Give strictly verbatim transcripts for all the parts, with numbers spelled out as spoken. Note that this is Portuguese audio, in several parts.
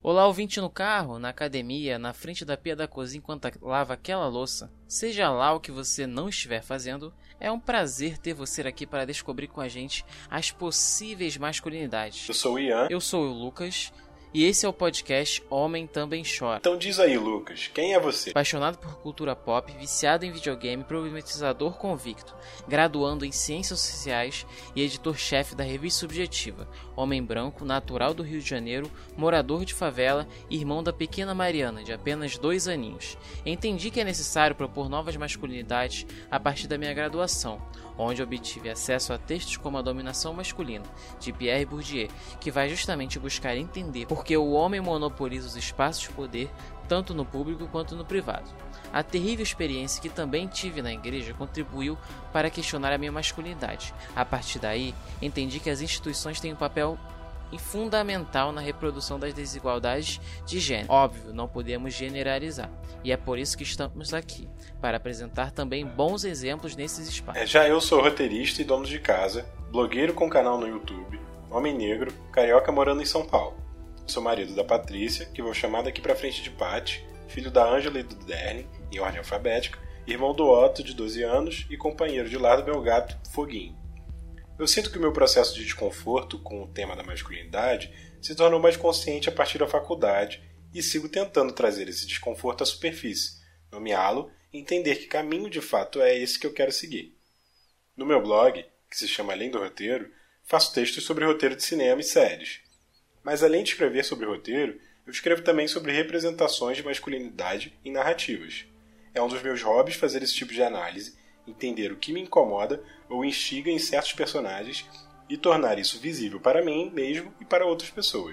Olá, ouvinte no carro, na academia, na frente da pia da cozinha enquanto lava aquela louça. Seja lá o que você não estiver fazendo, é um prazer ter você aqui para descobrir com a gente as possíveis masculinidades. Eu sou o Ian. Eu sou o Lucas. E esse é o podcast Homem Também Chora. Então diz aí, Lucas, quem é você? Apaixonado por cultura pop, viciado em videogame, problematizador convicto, graduando em Ciências Sociais e editor-chefe da revista Subjetiva, homem branco, natural do Rio de Janeiro, morador de favela e irmão da pequena Mariana, de apenas dois aninhos. Entendi que é necessário propor novas masculinidades a partir da minha graduação, onde obtive acesso a textos como A Dominação Masculina, de Pierre Bourdieu, que vai justamente buscar entender por que o homem monopoliza os espaços de poder, tanto no público quanto no privado. A terrível experiência que também tive na igreja contribuiu para questionar a minha masculinidade. A partir daí, entendi que as instituições têm um papel fundamental na reprodução das desigualdades de gênero. Óbvio, não podemos generalizar, e é por isso que estamos aqui, para apresentar também bons exemplos nesses espaços. É, já eu sou roteirista e dono de casa, blogueiro com canal no YouTube, homem negro, carioca morando em São Paulo. Sou marido da Patrícia, que vou chamar daqui pra frente de Paty, filho da Ângela e do Derlin, em ordem alfabética, irmão do Otto, de doze anos, e companheiro de lar do meu gato, Foguinho. Eu sinto que o meu processo de desconforto com o tema da masculinidade se tornou mais consciente a partir da faculdade e sigo tentando trazer esse desconforto à superfície, nomeá-lo e entender que caminho de fato é esse que eu quero seguir. No meu blog, que se chama Além do Roteiro, faço textos sobre roteiro de cinema e séries. Mas além de escrever sobre roteiro, eu escrevo também sobre representações de masculinidade em narrativas. É um dos meus hobbies fazer esse tipo de análise, entender o que me incomoda ou instiga em certos personagens e tornar isso visível para mim mesmo e para outras pessoas.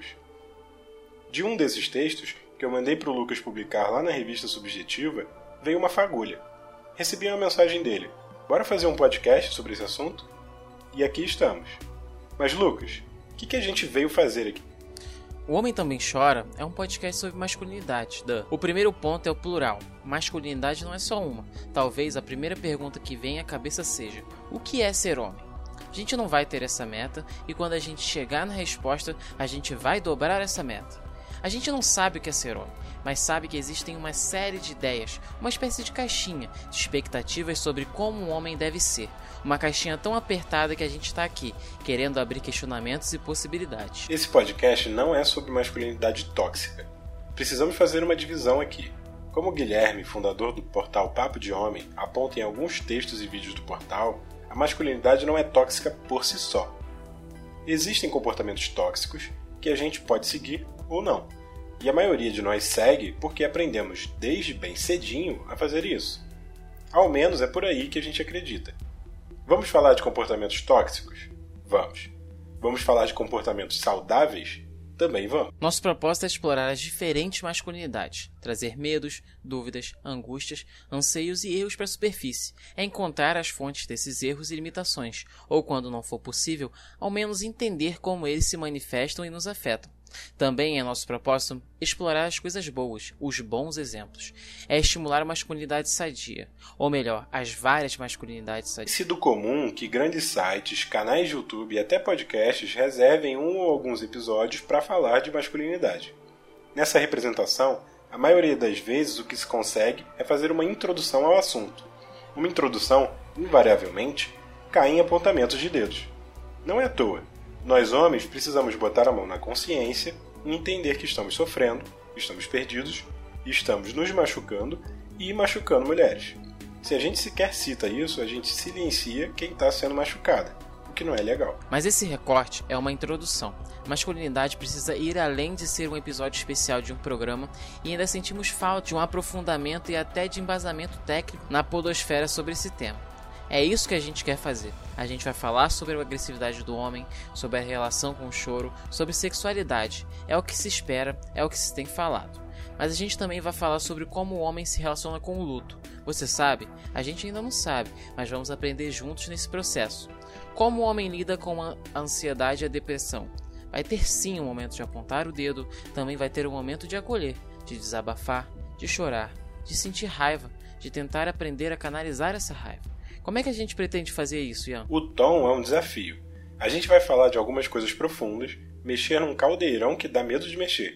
De um desses textos, que eu mandei para o Lucas publicar lá na revista Subjetiva, veio uma fagulha. Recebi uma mensagem dele. Bora fazer um podcast sobre esse assunto? E aqui estamos. Mas Lucas, o que, que a gente veio fazer aqui? O Homem Também Chora é um podcast sobre masculinidade. Duh. O primeiro ponto é o plural. Masculinidade não é só uma. Talvez a primeira pergunta que vem à cabeça seja: o que é ser homem? A gente não vai ter essa meta e quando a gente chegar na resposta, a gente vai dobrar essa meta. A gente não sabe o que é ser homem, mas sabe que existem uma série de ideias, uma espécie de caixinha de expectativas sobre como um homem deve ser. Uma caixinha tão apertada que a gente está aqui, querendo abrir questionamentos e possibilidades. Esse podcast não é sobre masculinidade tóxica. Precisamos fazer uma divisão aqui. Como o Guilherme, fundador do portal Papo de Homem, aponta em alguns textos e vídeos do portal, a masculinidade não é tóxica por si só. Existem comportamentos tóxicos que a gente pode seguir ou não. E a maioria de nós segue porque aprendemos desde bem cedinho a fazer isso. Ao menos é por aí que a gente acredita. Vamos falar de comportamentos tóxicos? Vamos. Vamos falar de comportamentos saudáveis? Também vamos. Nosso propósito é explorar as diferentes masculinidades, trazer medos, dúvidas, angústias, anseios e erros para a superfície, é encontrar as fontes desses erros e limitações, ou quando não for possível, ao menos entender como eles se manifestam e nos afetam. Também é nosso propósito explorar as coisas boas, os bons exemplos. É estimular a masculinidade sadia, ou melhor, as várias masculinidades sadias. É sido comum que grandes sites, canais de YouTube e até podcasts reservem um ou alguns episódios para falar de masculinidade. Nessa representação, a maioria das vezes o que se consegue é fazer uma introdução ao assunto. Uma introdução, invariavelmente, cai em apontamentos de dedos. Não é à toa. Nós homens precisamos botar a mão na consciência e entender que estamos sofrendo, estamos perdidos, estamos nos machucando e machucando mulheres. Se a gente sequer cita isso, a gente silencia quem está sendo machucada, o que não é legal. Mas esse recorte é uma introdução. Masculinidade precisa ir além de ser um episódio especial de um programa e ainda sentimos falta de um aprofundamento e até de embasamento técnico na podosfera sobre esse tema. É isso que a gente quer fazer. A gente vai falar sobre a agressividade do homem, sobre a relação com o choro, sobre sexualidade. É o que se espera, é o que se tem falado. Mas a gente também vai falar sobre como o homem se relaciona com o luto. Você sabe? A gente ainda não sabe, mas vamos aprender juntos nesse processo. Como o homem lida com a ansiedade e a depressão. Vai ter sim um momento de apontar o dedo, também vai ter um momento de acolher, de desabafar, de chorar, de sentir raiva, de tentar aprender a canalizar essa raiva. Como é que a gente pretende fazer isso, Ian? O tom é um desafio. A gente vai falar de algumas coisas profundas, mexer num caldeirão que dá medo de mexer.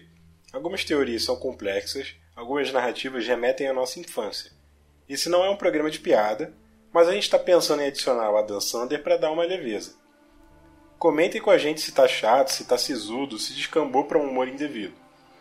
Algumas teorias são complexas, algumas narrativas remetem à nossa infância. Esse não é um programa de piada, mas a gente está pensando em adicionar o Adam Sandler para dar uma leveza. Comentem com a gente se tá chato, se tá sisudo, se descambou para um humor indevido.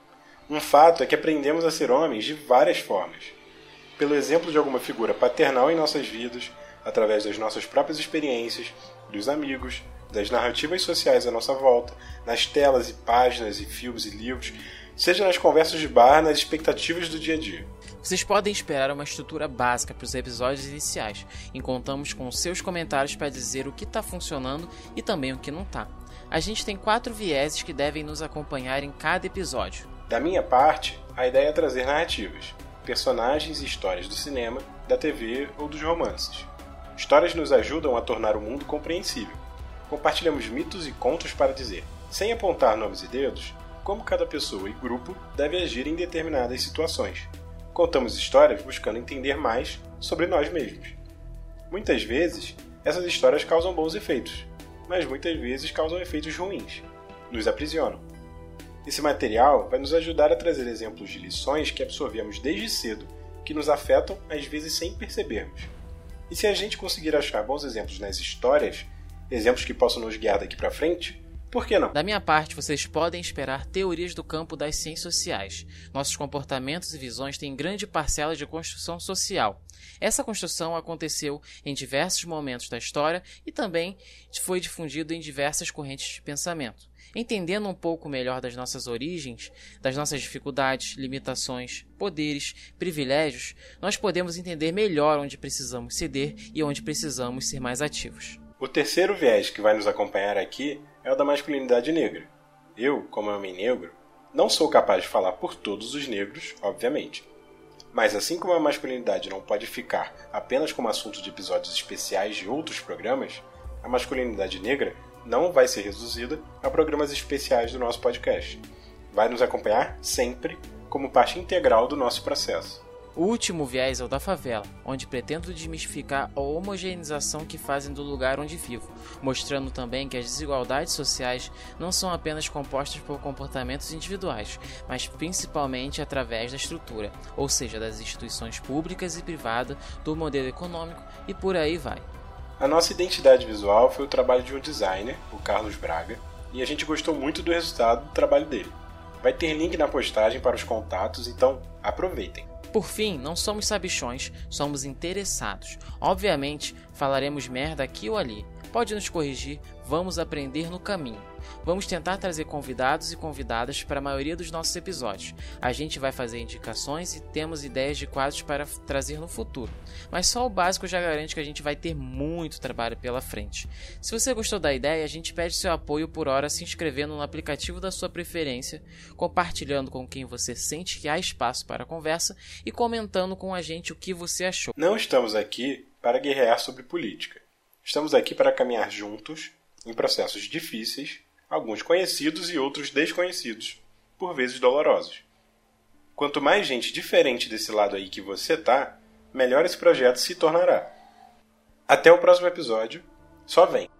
Um fato é que aprendemos a ser homens de várias formas. Pelo exemplo de alguma figura paternal em nossas vidas, através das nossas próprias experiências, dos amigos, das narrativas sociais à nossa volta, nas telas e páginas e filmes e livros, seja nas conversas de bar, nas expectativas do dia a dia. Vocês podem esperar uma estrutura básica para os episódios iniciais, e contamos com seus comentários para dizer o que está funcionando e também o que não está. A gente tem quatro vieses que devem nos acompanhar em cada episódio. Da minha parte, a ideia é trazer narrativas, personagens e histórias do cinema, da T V ou dos romances. Histórias nos ajudam a tornar o mundo compreensível. Compartilhamos mitos e contos para dizer, sem apontar nomes e dedos, como cada pessoa e grupo deve agir em determinadas situações. Contamos histórias buscando entender mais sobre nós mesmos. Muitas vezes, essas histórias causam bons efeitos, mas muitas vezes causam efeitos ruins. Nos aprisionam. Esse material vai nos ajudar a trazer exemplos de lições que absorvemos desde cedo, que nos afetam às vezes sem percebermos. E se a gente conseguir achar bons exemplos nas histórias, exemplos que possam nos guiar daqui para frente, por que não? Da minha parte, vocês podem esperar teorias do campo das ciências sociais. Nossos comportamentos e visões têm grande parcela de construção social. Essa construção aconteceu em diversos momentos da história e também foi difundido em diversas correntes de pensamento. Entendendo um pouco melhor das nossas origens, das nossas dificuldades, limitações, poderes, privilégios, nós podemos entender melhor onde precisamos ceder e onde precisamos ser mais ativos. O terceiro viés que vai nos acompanhar aqui é o da masculinidade negra. Eu, como homem negro, não sou capaz de falar por todos os negros, obviamente. Mas assim como a masculinidade não pode ficar apenas como assunto de episódios especiais de outros programas, a masculinidade negra não vai ser reduzida a programas especiais do nosso podcast. Vai nos acompanhar sempre como parte integral do nosso processo. O último viés é o da favela, onde pretendo desmistificar a homogeneização que fazem do lugar onde vivo, mostrando também que as desigualdades sociais não são apenas compostas por comportamentos individuais, mas principalmente através da estrutura, ou seja, das instituições públicas e privadas, do modelo econômico e por aí vai. A nossa identidade visual foi o trabalho de um designer, o Carlos Braga, e a gente gostou muito do resultado do trabalho dele. Vai ter link na postagem para os contatos, então aproveitem. Por fim, não somos sabichões, somos interessados. Obviamente, falaremos merda aqui ou ali. Pode nos corrigir, vamos aprender no caminho. Vamos tentar trazer convidados e convidadas para a maioria dos nossos episódios. A gente vai fazer indicações e temos ideias de quadros para trazer no futuro. Mas só o básico já garante que a gente vai ter muito trabalho pela frente. Se você gostou da ideia, a gente pede seu apoio por hora se inscrevendo no aplicativo da sua preferência, compartilhando com quem você sente que há espaço para a conversa e comentando com a gente o que você achou. Não estamos aqui para guerrear sobre política. Estamos aqui para caminhar juntos em processos difíceis, alguns conhecidos e outros desconhecidos, por vezes dolorosos. Quanto mais gente diferente desse lado aí que você tá, melhor esse projeto se tornará. Até o próximo episódio. Só vem!